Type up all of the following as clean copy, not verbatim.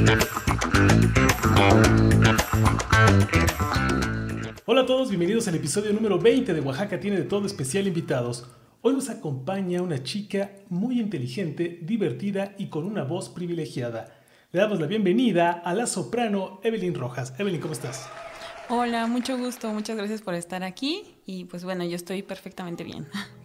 Hola a todos, bienvenidos al episodio número 20 de Oaxaca tiene de todo especial invitados. Hoy nos acompaña una chica muy inteligente, divertida y con una voz privilegiada. Le damos la bienvenida a la soprano Evelyn Rojas. Evelyn, ¿cómo estás? Hola, mucho gusto, muchas gracias por estar aquí y pues bueno, yo estoy perfectamente bien.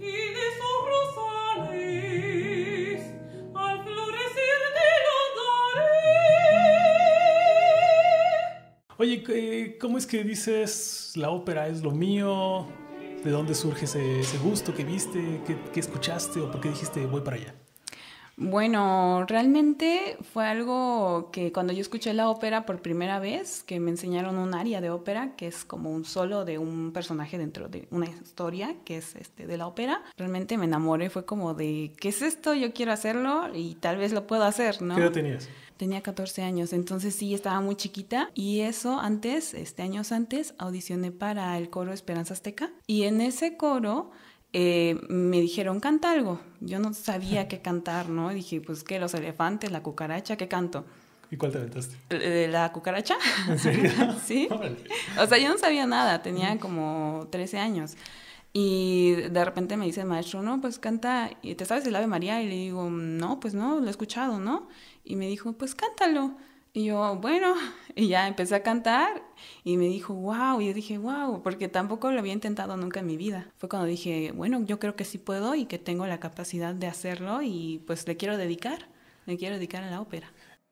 Oye, ¿cómo es que dices la ópera es lo mío? ¿De dónde surge ese gusto que viste? ¿Qué escuchaste? ¿O por qué dijiste voy para allá? Bueno, realmente fue algo que cuando yo escuché la ópera por primera vez, que me enseñaron un aria de ópera, que es como un solo de un personaje dentro de una historia, que es de la ópera, realmente me enamoré, fue como de, ¿qué es esto? Yo quiero hacerlo y tal vez lo puedo hacer, ¿no? ¿Qué edad tenías? Tenía 14 años, entonces sí, estaba muy chiquita y eso antes, años antes, audicioné para el coro Esperanza Azteca y en ese coro me dijeron, canta algo. Yo no sabía qué cantar, ¿no? Dije, pues, ¿qué? Los elefantes, la cucaracha, ¿qué canto? ¿Y cuál te aventaste? ¿La cucaracha? ¿En serio? Sí. O sea, yo no sabía nada, tenía como 13 años. Y de repente me dice el maestro, no, pues canta, ¿te sabes el Ave María? Y le digo, no, pues no, lo he escuchado, ¿no? Y me dijo, pues cántalo. Y yo, bueno, y ya empecé a cantar y me dijo, wow, y yo dije, wow, porque tampoco lo había intentado nunca en mi vida. Fue cuando dije, bueno, yo creo que sí puedo y que tengo la capacidad de hacerlo y pues le quiero dedicar a la ópera.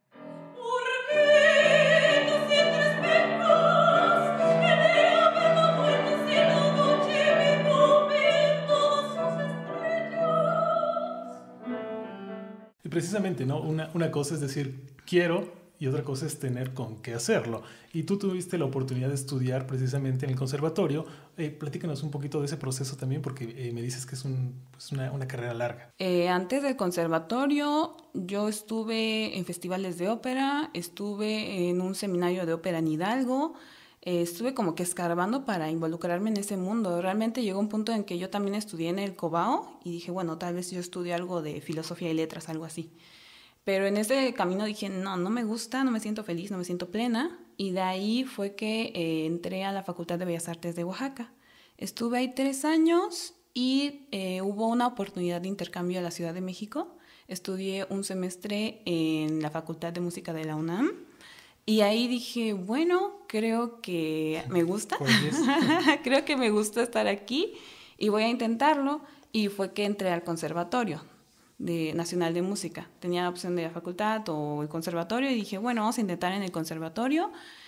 Y precisamente, ¿no? Una cosa es decir, quiero, y otra cosa es tener con qué hacerlo. Y tú tuviste la oportunidad de estudiar precisamente en el conservatorio. Platícanos un poquito de ese proceso también, porque me dices que es una carrera larga. Antes del conservatorio, yo estuve en festivales de ópera, estuve en un seminario de ópera en Hidalgo, estuve como que escarbando para involucrarme en ese mundo. Realmente llegó un punto en que yo también estudié en el Cobao y dije, bueno, tal vez yo estudie algo de filosofía y letras, algo así. Pero en ese camino dije, no, no me gusta, no me siento feliz, no me siento plena. Y de ahí fue que entré a la Facultad de Bellas Artes de Oaxaca. Estuve ahí 3 años y hubo una oportunidad de intercambio a la Ciudad de México. Estudié un semestre en la Facultad de Música de la UNAM. Y ahí dije, bueno, creo que me gusta. Creo que me gusta estar aquí y voy a intentarlo. Y fue que entré al conservatorio Nacional de Música. Tenía la opción de la facultad o el conservatorio y dije, bueno, vamos a intentar en el conservatorio.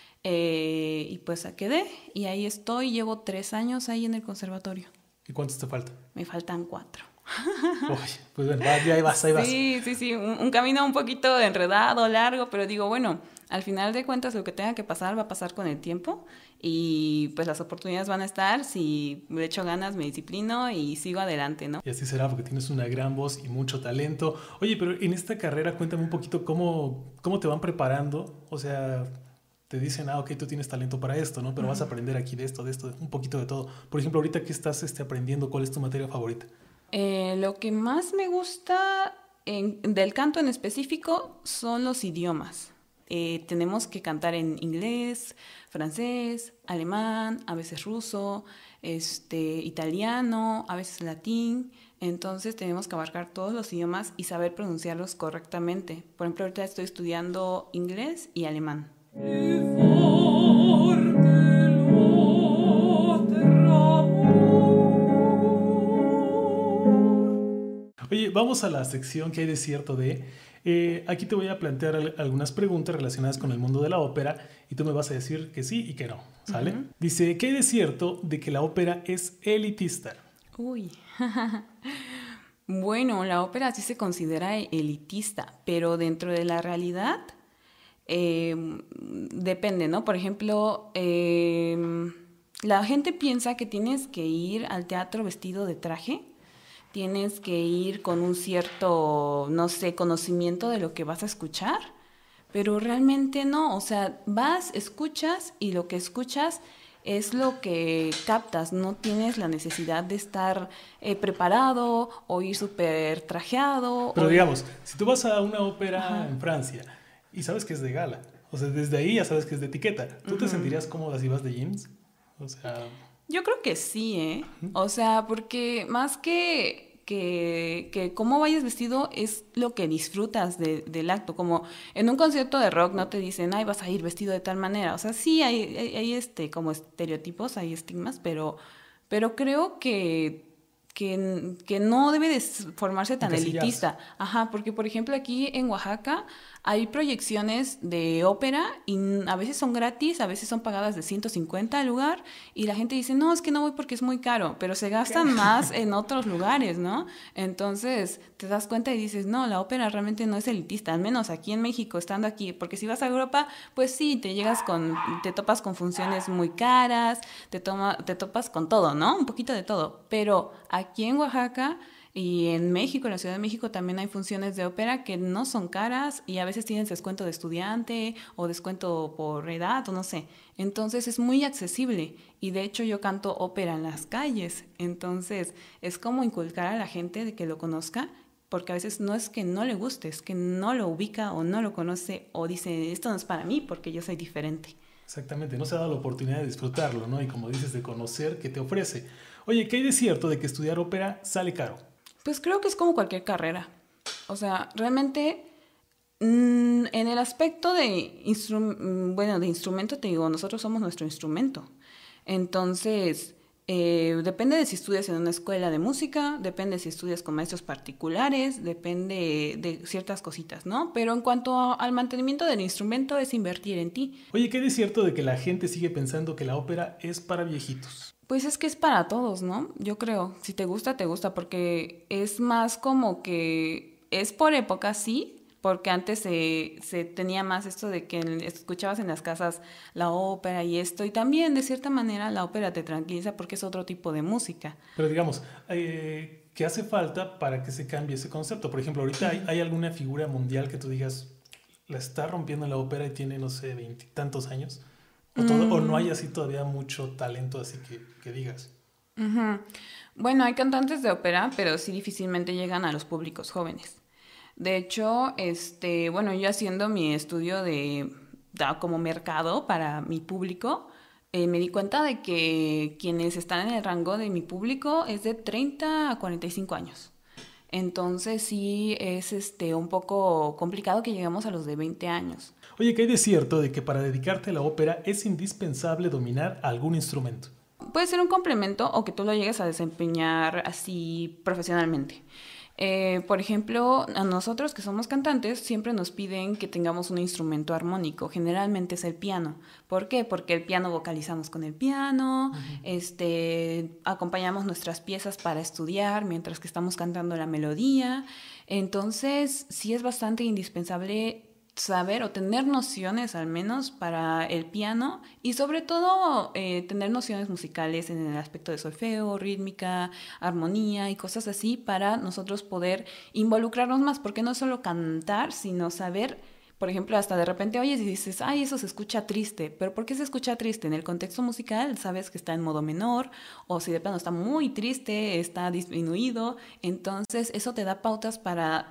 Y pues quedé y ahí estoy, llevo 3 años ahí en el conservatorio. ¿Y cuántos te faltan? Me faltan 4. Uy, pues bueno, ahí vas. Sí, un camino un poquito enredado, largo, pero digo, bueno, al final de cuentas lo que tenga que pasar va a pasar con el tiempo y pues las oportunidades van a estar, si le echo ganas, me disciplino y sigo adelante, ¿no? Y así será porque tienes una gran voz y mucho talento. Oye, pero en esta carrera cuéntame un poquito cómo te van preparando, o sea... Te dicen, ok, tú tienes talento para esto, ¿no? Pero vas a aprender aquí de esto, un poquito de todo. Por ejemplo, ahorita que estás aprendiendo, ¿cuál es tu materia favorita? Lo que más me gusta del canto en específico son los idiomas. Tenemos que cantar en inglés, francés, alemán, a veces ruso, italiano, a veces latín. Entonces tenemos que abarcar todos los idiomas y saber pronunciarlos correctamente. Por ejemplo, ahorita estoy estudiando inglés y alemán. Oye, vamos a la sección que hay de cierto de... aquí te voy a plantear algunas preguntas relacionadas con el mundo de la ópera y tú me vas a decir que sí y que no, ¿sale? Uh-huh. Dice, ¿qué hay de cierto de que la ópera es elitista? Uy, bueno, la ópera sí se considera elitista, pero dentro de la realidad depende, ¿no? Por ejemplo, la gente piensa que tienes que ir al teatro vestido de traje, tienes que ir con un cierto, no sé, conocimiento de lo que vas a escuchar, pero realmente no, o sea, vas, escuchas y lo que escuchas es lo que captas, no tienes la necesidad de estar preparado o ir súper trajeado. Pero digamos, si tú vas a una ópera en Francia Y sabes que es de gala. O sea, desde ahí ya sabes que es de etiqueta. ¿Tú te sentirías cómoda si vas de jeans? O sea... Yo creo que sí, ¿eh? O sea, porque más que cómo vayas vestido es lo que disfrutas del acto. Como en un concierto de rock no te dicen, ay, vas a ir vestido de tal manera. O sea, sí hay como estereotipos, hay estigmas, pero creo que no debe de formarse tan Encasillarse. elitista. Ajá, porque por ejemplo aquí en Oaxaca hay proyecciones de ópera y a veces son gratis, a veces son pagadas de 150 al lugar y la gente dice, no, es que no voy porque es muy caro, pero se gastan más en otros lugares, ¿no? Entonces te das cuenta y dices, no, la ópera realmente no es elitista, al menos aquí en México, estando aquí, porque si vas a Europa, pues sí, te topas con funciones muy caras, te topas con todo, ¿no? Un poquito de todo, pero aquí en Oaxaca y en México, en la Ciudad de México, también hay funciones de ópera que no son caras y a veces tienen descuento de estudiante o descuento por edad o no sé. Entonces es muy accesible y de hecho yo canto ópera en las calles. Entonces es como inculcar a la gente de que lo conozca porque a veces no es que no le guste, es que no lo ubica o no lo conoce o dice esto no es para mí porque yo soy diferente. Exactamente, no se ha dado la oportunidad de disfrutarlo, ¿no? Y como dices, de conocer qué te ofrece. Oye, ¿qué hay de cierto de que estudiar ópera sale caro? Pues creo que es como cualquier carrera. O sea, realmente en el aspecto de instrumento, te digo, nosotros somos nuestro instrumento. Entonces, depende de si estudias en una escuela de música, depende si estudias con maestros particulares, depende de ciertas cositas, ¿no? Pero en cuanto al mantenimiento del instrumento es invertir en ti. Oye, ¿qué hay de cierto de que la gente sigue pensando que la ópera es para viejitos? Pues es que es para todos, ¿no? Yo creo, si te gusta, porque es más como que es por época, sí, porque antes se tenía más esto de que escuchabas en las casas la ópera y esto, y también de cierta manera la ópera te tranquiliza porque es otro tipo de música. Pero digamos, ¿qué hace falta para que se cambie ese concepto? Por ejemplo, ahorita hay alguna figura mundial que tú digas, la está rompiendo en la ópera y tiene, no sé, veintitantos años. O no hay Mm, así todavía mucho talento así que digas. ujú. Bueno, hay cantantes de ópera, pero sí difícilmente llegan a los públicos jóvenes. De hecho, bueno, yo haciendo mi estudio como mercado para mi público, me di cuenta de que quienes están en el rango de mi público es de 30 a 45 años. Entonces sí es un poco complicado que lleguemos a los de 20 años. Oye, ¿qué hay de cierto de que para dedicarte a la ópera es indispensable dominar algún instrumento? Puede ser un complemento o que tú lo llegues a desempeñar así profesionalmente. Por ejemplo, a nosotros que somos cantantes siempre nos piden que tengamos un instrumento armónico. Generalmente es el piano. ¿Por qué? Porque el piano vocalizamos con el piano, Ujú. acompañamos nuestras piezas para estudiar mientras que estamos cantando la melodía. Entonces, sí es bastante indispensable saber o tener nociones al menos para el piano y sobre todo tener nociones musicales en el aspecto de solfeo, rítmica, armonía y cosas así para nosotros poder involucrarnos más, porque no es solo cantar, sino saber, por ejemplo, hasta de repente oyes y dices, ay, eso se escucha triste, pero ¿por qué se escucha triste? En el contexto musical sabes que está en modo menor o si de plano está muy triste, está disminuido, entonces eso te da pautas para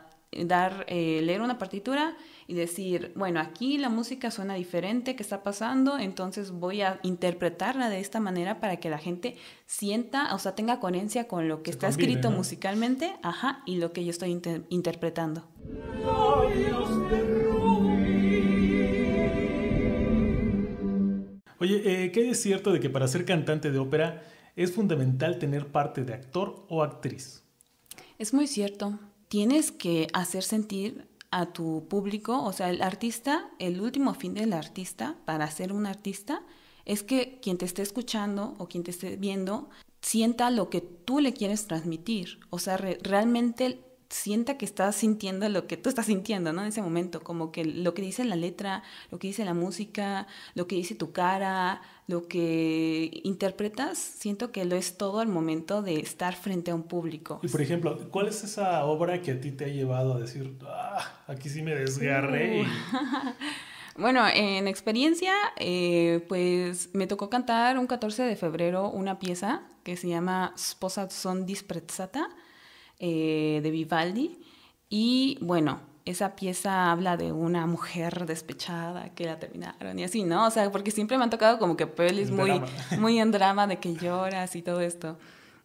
leer una partitura y decir, bueno, aquí la música suena diferente, ¿qué está pasando? Entonces voy a interpretarla de esta manera para que la gente sienta, o sea, tenga coherencia con lo que Se está combine, escrito ¿no? musicalmente, ajá, y lo que yo estoy interpretando. Oye, ¿qué hay de cierto de que para ser cantante de ópera es fundamental tener parte de actor o actriz? Es muy cierto. Tienes que hacer sentir a tu público, o sea, el artista, el último fin del artista para ser un artista es que quien te esté escuchando o quien te esté viendo sienta lo que tú le quieres transmitir, o sea, realmente sienta que estás sintiendo lo que tú estás sintiendo, ¿no? En ese momento, como que lo que dice la letra, lo que dice la música, lo que dice tu cara, lo que interpretas, siento que lo es todo al momento de estar frente a un público. Y por ejemplo, ¿cuál es esa obra que a ti te ha llevado a decir, aquí sí me desgarré? Uh. Bueno, en experiencia, pues me tocó cantar un 14 de febrero una pieza que se llama Sposa son disprezzata de Vivaldi. Y bueno, esa pieza habla de una mujer despechada que la terminaron y así, ¿no? O sea, porque siempre me han tocado como que pelis muy en drama de que lloras y todo esto.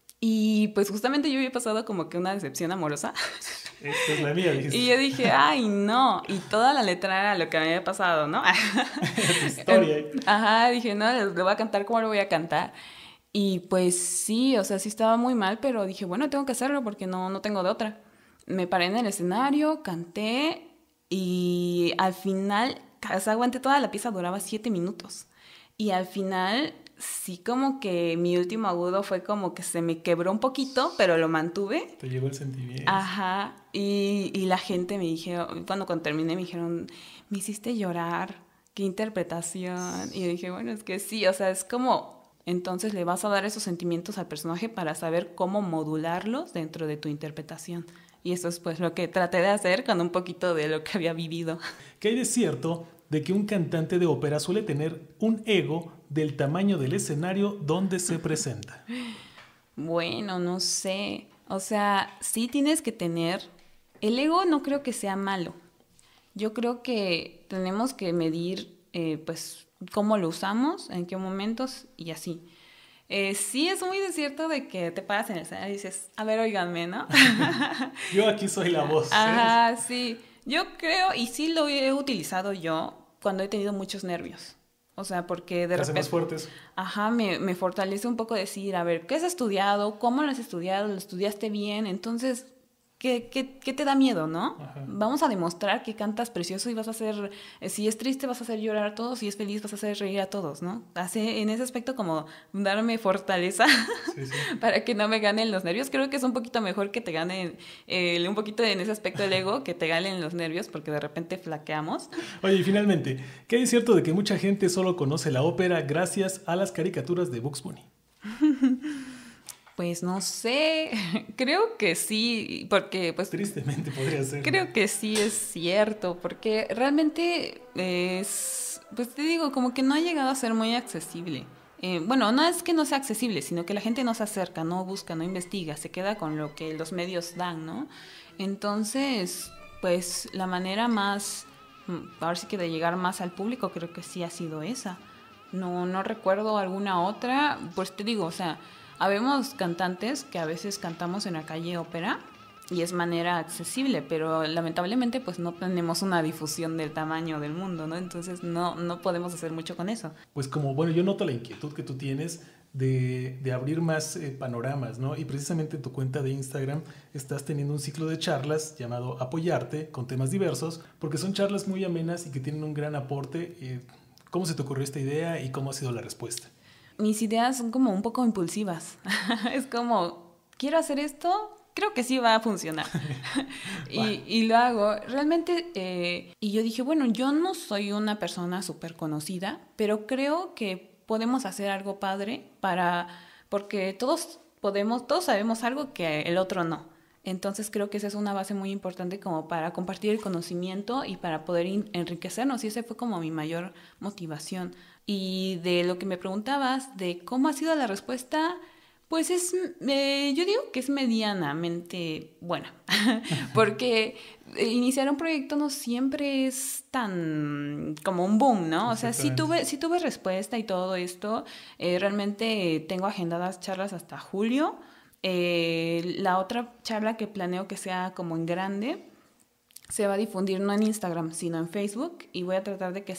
Y pues justamente yo había pasado como que una decepción amorosa. Esta es la mía, dijiste. Y yo dije, ay, no. Y toda la letra era lo que me había pasado, ¿no? Tu historia. Ajá, dije, no, lo voy a cantar, ¿cómo lo voy a cantar? Y pues sí, o sea, sí estaba muy mal, pero dije, bueno, tengo que hacerlo porque no tengo de otra. Me paré en el escenario, canté y al final, o sea, aguanté toda la pieza, duraba 7 minutos. Y al final, sí como que mi último agudo fue como que se me quebró un poquito, pero lo mantuve. Te llegó el sentimiento. Ajá, y la gente me dijeron, cuando terminé me dijeron, me hiciste llorar, qué interpretación. Y yo dije, bueno, es que sí, o sea, es como... Entonces le vas a dar esos sentimientos al personaje para saber cómo modularlos dentro de tu interpretación. Y eso es pues lo que traté de hacer con un poquito de lo que había vivido. ¿Qué hay de cierto de que un cantante de ópera suele tener un ego del tamaño del escenario donde se presenta? Bueno, no sé. O sea, sí tienes que tener... El ego no creo que sea malo. Yo creo que tenemos que medir, pues, cómo lo usamos, en qué momentos y así. Sí es muy de cierto de que te paras en el escenario y dices, a ver, óiganme, ¿no? Yo aquí soy la voz. Ajá, sí. Yo creo, y sí lo he utilizado yo cuando he tenido muchos nervios. O sea, porque de repente... más fuertes. Ajá, me fortalece un poco decir, a ver, ¿qué has estudiado? ¿Cómo lo has estudiado? ¿Lo estudiaste bien? Entonces, ¿qué te da miedo, no? Ajá. Vamos a demostrar que cantas precioso y vas a hacer, si es triste vas a hacer llorar a todos, si es feliz vas a hacer reír a todos, ¿no? Hace en ese aspecto como darme fortaleza Sí, sí. para que no me ganen los nervios. Creo que es un poquito mejor que te ganen un poquito en ese aspecto el ego, que te ganen los nervios porque de repente flaqueamos. Oye, y finalmente, ¿qué hay de cierto de que mucha gente solo conoce la ópera gracias a las caricaturas de Bugs Bunny? Pues no sé, creo que sí, porque pues... Tristemente podría ser. Creo que sí es cierto, porque realmente es, pues te digo, como que no ha llegado a ser muy accesible. Bueno, no es que no sea accesible, sino que la gente no se acerca, no busca, no investiga, se queda con lo que los medios dan, ¿no? Entonces, pues la manera más, ahora sí que de llegar más al público, creo que sí ha sido esa. No recuerdo alguna otra, pues te digo, o sea, habemos cantantes que a veces cantamos en la calle ópera y es manera accesible, pero lamentablemente pues no tenemos una difusión del tamaño del mundo, ¿no? Entonces no podemos hacer mucho con eso. Pues como, bueno, yo noto la inquietud que tú tienes de abrir más panoramas, ¿no? Y precisamente en tu cuenta de Instagram estás teniendo un ciclo de charlas llamado Apoyarte, con temas diversos, porque son charlas muy amenas y que tienen un gran aporte. ¿Cómo se te ocurrió esta idea y cómo ha sido la respuesta? Mis ideas son como un poco impulsivas. Es como, quiero hacer esto, creo que sí va a funcionar. y lo hago. Realmente, y yo dije, bueno, yo no soy una persona súper conocida, pero creo que podemos hacer algo padre porque todos sabemos algo que el otro no. Entonces creo que esa es una base muy importante como para compartir el conocimiento y para poder enriquecernos. Y esa fue como mi mayor motivación. Y de lo que me preguntabas, de cómo ha sido la respuesta, pues yo digo que es medianamente buena, porque iniciar un proyecto no siempre es tan como un boom, ¿no? O sea, sí tuve respuesta y todo esto. Realmente tengo agendadas charlas hasta julio. La otra charla que planeo que sea como en grande se va a difundir no en Instagram, sino en Facebook, y voy a tratar de que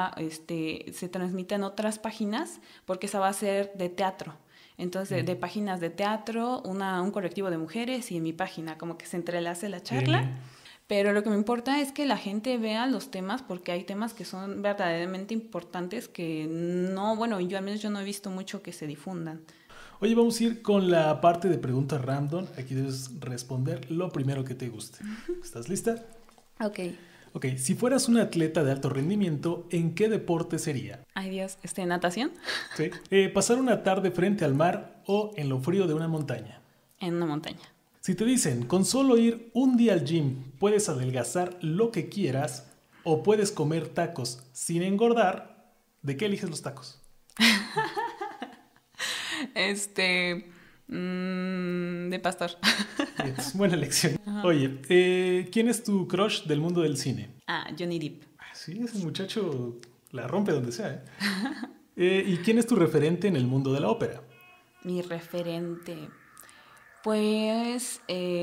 se transmita en otras páginas, porque esa va a ser de teatro. Entonces, de páginas de teatro, un colectivo de mujeres y en mi página, como que se entrelace la charla. Pero lo que me importa es que la gente vea los temas, porque hay temas que son verdaderamente importantes que yo al menos yo no he visto mucho que se difundan. Oye, vamos a ir con la parte de preguntas random. Aquí debes responder lo primero que te guste. ¿Estás lista? Ok, si fueras un atleta de alto rendimiento, ¿en qué deporte sería? Ay Dios, ¿natación? Sí. ¿Pasar una tarde frente al mar o en lo frío de una montaña? En una montaña. Si te dicen, con solo ir un día al gym, puedes adelgazar lo que quieras o puedes comer tacos sin engordar, ¿de qué eliges los tacos? De pastor. Es buena elección. Ajá. Oye, ¿quién es tu crush del mundo del cine? Johnny Depp. Sí, ese muchacho la rompe donde sea, ¿eh? ¿Y quién es tu referente en el mundo de la ópera? Mi referente. Pues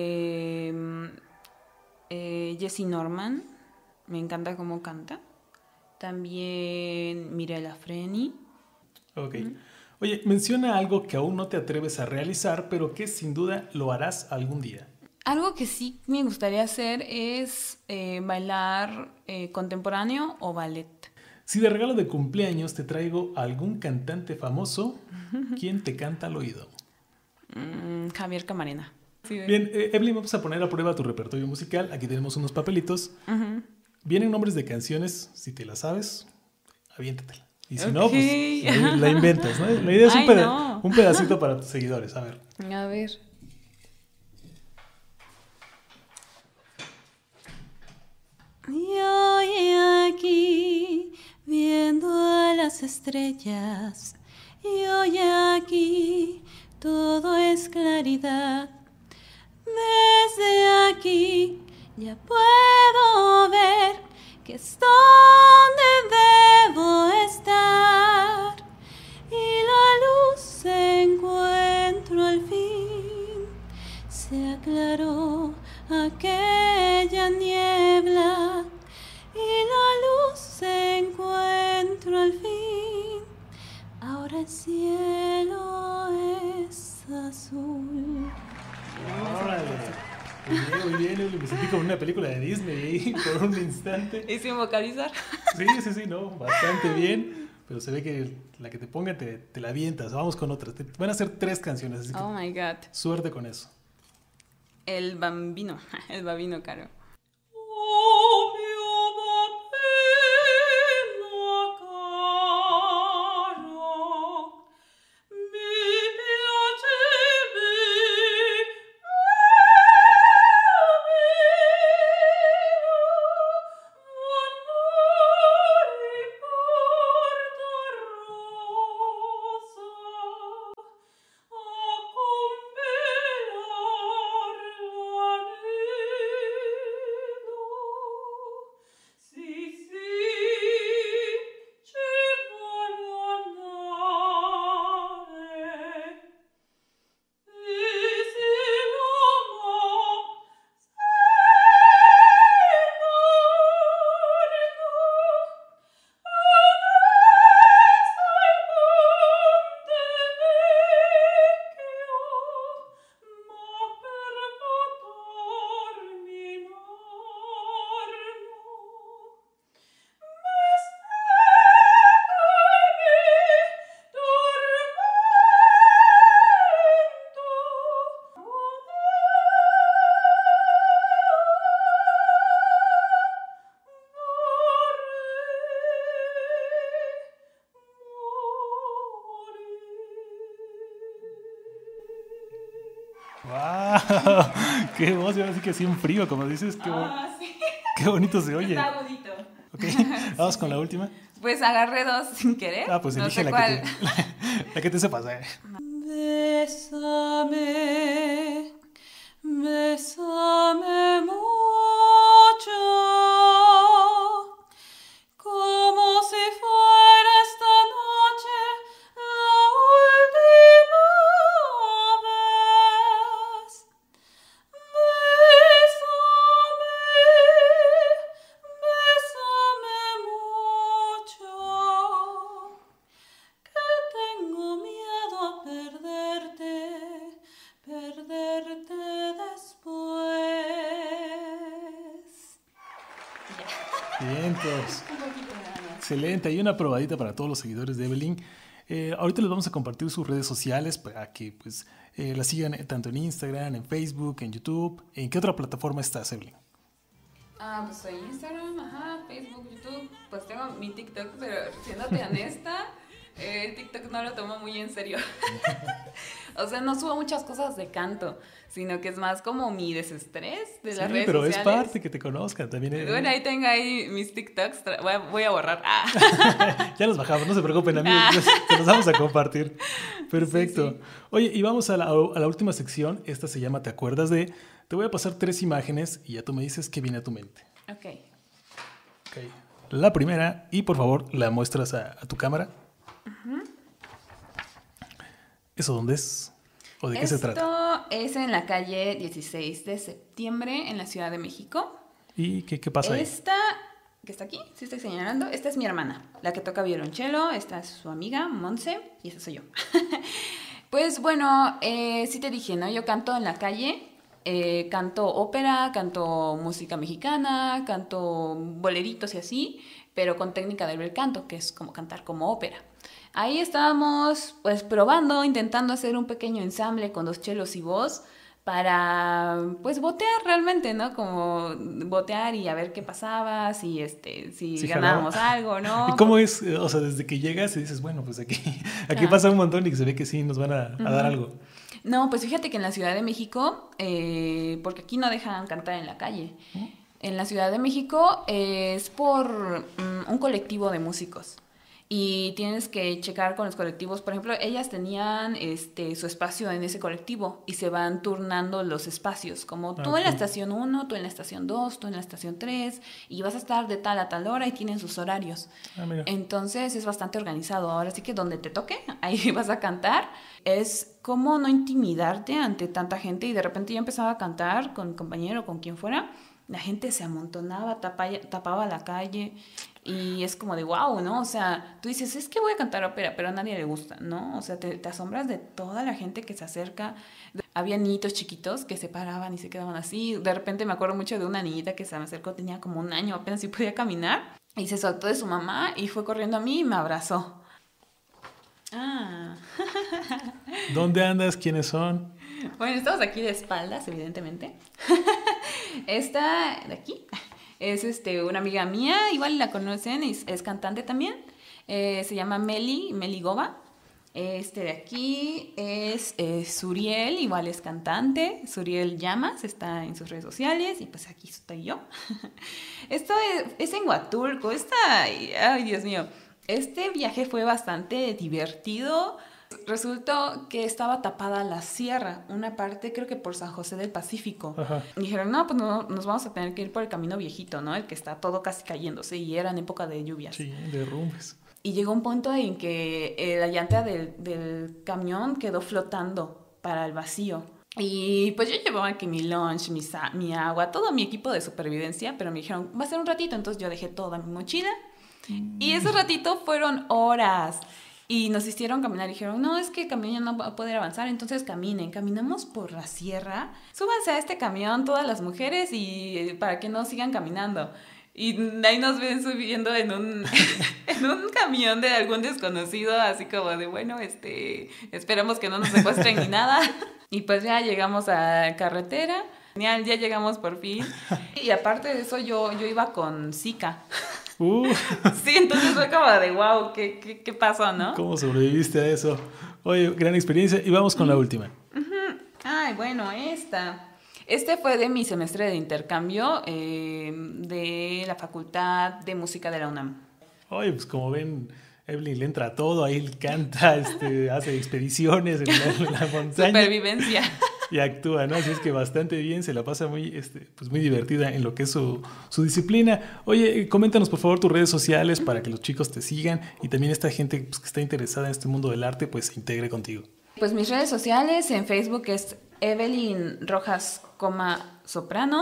Jessy Norman. Me encanta cómo canta. También Mirella Freni. Ok. Oye, menciona algo que aún no te atreves a realizar, pero que sin duda lo harás algún día. Algo que sí me gustaría hacer es bailar contemporáneo o ballet. Si de regalo de cumpleaños te traigo algún cantante famoso, ¿quién te canta al oído? Javier Camarena. Sí, Bien, Evelyn, vamos a poner a prueba tu repertorio musical. Aquí tenemos unos papelitos. Vienen nombres de canciones, si te las sabes, aviéntatela. Y si no, pues la inventas, ¿no? La idea es un pedacito para tus seguidores. A ver. A ver. Yo aquí viendo a las estrellas, yo aquí todo es claridad. Desde aquí ya puedo ver que es donde debo estar y la luz encuentro al fin. Se aclaró aquella niebla y la luz encuentro al fin. Ahora el cielo es azul. Órale. Muy bien, me sentí como una película de Disney ahí por un instante. ¿Y sin vocalizar? Sí, no, bastante bien. Pero se ve que la que te ponga te la avientas. Vamos con otras. Van a ser 3 canciones, así que Oh my God. suerte con eso. El bambino caro. ¡Wow! ¡Qué voz! Ahora sí que así en frío, como dices. Sí. Qué bonito se oye. Está bonito. Ok, vamos con la última. Pues agarré 2 sin querer. Pues no elige sé la cuál. la que te sepas. Bésame, bésame mucho, como si fuera esta noche la última vez. Bésame mucho, que tengo miedo a perderte después. Vientos. Un poquito nada más. Excelente. Hay una probadita para todos los seguidores de Evelyn. Ahorita les vamos a compartir sus redes sociales para que pues la sigan tanto en Instagram, en Facebook, en YouTube. ¿En qué otra plataforma estás, Evelyn? Pues en Instagram, Facebook, YouTube. Pues tengo mi TikTok, pero siéndote honesta, TikTok no lo tomo muy en serio. O sea, no subo muchas cosas de canto, sino que es más como mi desestrés de las redes pero sociales. es parte que te conozcan también. Bueno, ahí tengo ahí mis TikToks. Voy a borrar. Ya los bajamos, no se preocupen, amigos. Te los vamos a compartir. Perfecto. Sí. Oye, y vamos a la última sección. Esta se llama ¿Te acuerdas de? Te voy a pasar 3 imágenes y ya tú me dices qué viene a tu mente. Ok. La primera, y por favor, la muestras a tu cámara. ¿Eso dónde es? ¿O de qué se trata? Esto es en la calle 16 de septiembre en la Ciudad de México. ¿Y qué pasa ahí? Esta, que está aquí, sí estoy señalando, esta es mi hermana, la que toca violonchelo, esta es su amiga, Monse, y esta soy yo. Pues bueno, sí te dije, ¿no? Yo canto en la calle, canto ópera, canto música mexicana, canto boleritos y así, pero con técnica del bel canto, que es como cantar como ópera. Ahí estábamos pues probando, intentando hacer un pequeño ensamble con 2 chelos y voz para pues botear realmente, ¿no? Como botear y a ver qué pasaba, si ganábamos algo, ¿no? ¿Y cómo es? O sea, desde que llegas y dices, bueno, pues aquí pasa un montón y se ve que sí nos van a dar algo. No, pues fíjate que en la Ciudad de México, porque aquí no dejan cantar en la calle, en la Ciudad de México es por un colectivo de músicos. Y tienes que checar con los colectivos. Por ejemplo, ellas tenían su espacio en ese colectivo y se van turnando los espacios. Como tú en la estación 1, tú en la estación 2, tú en la estación 3 y vas a estar de tal a tal hora y tienen sus horarios. Entonces es bastante organizado. Ahora sí que donde te toque, ahí vas a cantar. Es como no intimidarte ante tanta gente y de repente yo empezaba a cantar con mi compañero, con quien fuera. La gente se amontonaba, tapaba la calle y es como de wow, ¿no? O sea, tú dices, es que voy a cantar ópera, pero a nadie le gusta, ¿no? O sea, te asombras de toda la gente que se acerca. Había niñitos chiquitos que se paraban y se quedaban así. De repente me acuerdo mucho de una niñita que se me acercó, tenía como 1 año, apenas si podía caminar. Y se soltó de su mamá y fue corriendo a mí y me abrazó. ¿Dónde andas? ¿Quiénes son? Bueno, estamos aquí de espaldas, evidentemente. Esta de aquí es una amiga mía, igual la conocen, es cantante también. Se llama Meli Goba. De aquí es Suriel, igual es cantante. Suriel Llamas, está en sus redes sociales. Y pues aquí estoy yo. Esto es en Huatulco. Ay, Dios mío. Este viaje fue bastante divertido. Resultó que estaba tapada la sierra, una parte creo que por San José del Pacífico. Ajá. Y dijeron, no, pues no, nos vamos a tener que ir por el camino viejito, ¿no? El que está todo casi cayéndose y era en época de lluvias. Sí, derrumbes. Y llegó un punto en que la llanta del camión quedó flotando para el vacío. Y pues yo llevaba aquí mi lunch, mi agua, todo mi equipo de supervivencia, pero me dijeron, va a ser un ratito, entonces yo dejé toda mi mochila. Y ese ratito fueron horas. Y nos hicieron caminar. Dijeron, no, es que el camión ya no va a poder avanzar, entonces caminen. Caminamos por la sierra. Súbanse a este camión todas las mujeres y para que no sigan caminando. Y ahí nos ven subiendo en un camión de algún desconocido, así como de, bueno, esperamos que no nos secuestren ni nada. Y pues ya llegamos a carretera. Genial, ya llegamos por fin. Y aparte de eso, yo iba con Zika. Sí, entonces fue como de wow, ¿qué pasó, no? ¿Cómo sobreviviste a eso? Oye, gran experiencia. Y vamos con la última. Ay, bueno, Este fue de mi semestre de intercambio de la Facultad de Música de la UNAM. Oye, pues como ven, Evelyn le entra a todo, ahí él canta, hace expediciones en la montaña. Supervivencia. Y actúa, ¿no? Así es que bastante bien, se la pasa muy divertida en lo que es su disciplina. Oye, coméntanos por favor tus redes sociales para que los chicos te sigan y también esta gente pues, que está interesada en este mundo del arte, pues se integre contigo. Pues mis redes sociales en Facebook es Evelyn Rojas, soprano.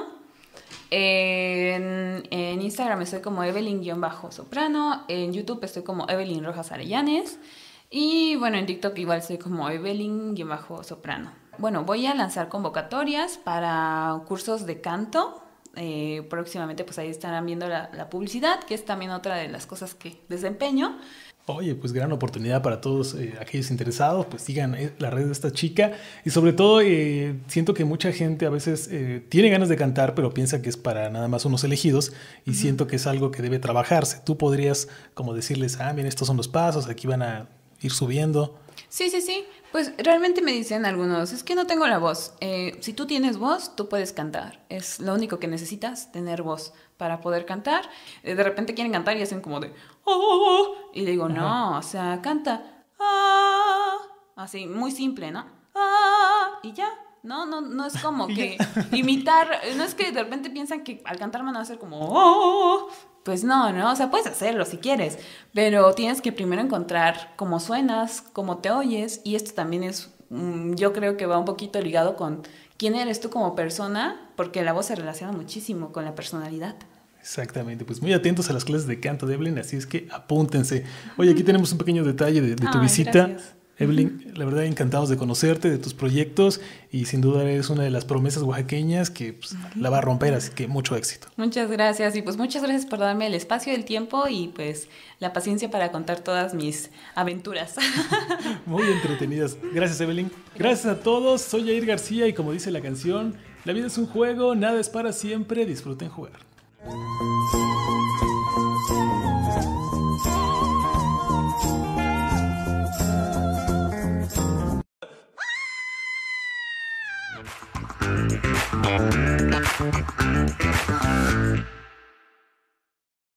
En Instagram estoy como Evelyn-soprano. En YouTube estoy como Evelyn Rojas Arellanes. Y bueno, en TikTok igual estoy como Evelyn-soprano. Bueno, voy a lanzar convocatorias para cursos de canto. Próximamente pues ahí estarán viendo la publicidad, que es también otra de las cosas que desempeño. Oye, pues gran oportunidad para todos aquellos interesados, pues sigan la red de esta chica y sobre todo siento que mucha gente a veces tiene ganas de cantar pero piensa que es para nada más unos elegidos y siento que es algo que debe trabajarse. Tú podrías como decirles, miren, estos son los pasos, aquí van a ir subiendo. Sí. Pues realmente me dicen algunos, es que no tengo la voz. Si tú tienes voz, tú puedes cantar. Es lo único que necesitas, tener voz para poder cantar. De repente quieren cantar y hacen como de, oh, y le digo, no, o sea, canta, ah, así, muy simple, ¿no? Ah, y ya. No es como que imitar, no es que de repente piensan que al cantar van a hacer como, oh, pues no, o sea, puedes hacerlo si quieres, pero tienes que primero encontrar cómo suenas, cómo te oyes, y esto también es, yo creo que va un poquito ligado con quién eres tú como persona, porque la voz se relaciona muchísimo con la personalidad. Exactamente, pues muy atentos a las clases de canto de Evelyn, así es que apúntense. Oye, aquí tenemos un pequeño detalle de tu visita. Gracias. Evelyn, la verdad encantados de conocerte, de tus proyectos, y sin duda eres una de las promesas oaxaqueñas que pues, la va a romper, así que mucho éxito. Muchas gracias, y pues muchas gracias por darme el espacio, el tiempo y pues la paciencia para contar todas mis aventuras. Muy entretenidas. Gracias, Evelyn. Gracias a todos, soy Jair García y como dice la canción, la vida es un juego, nada es para siempre, disfruten jugar.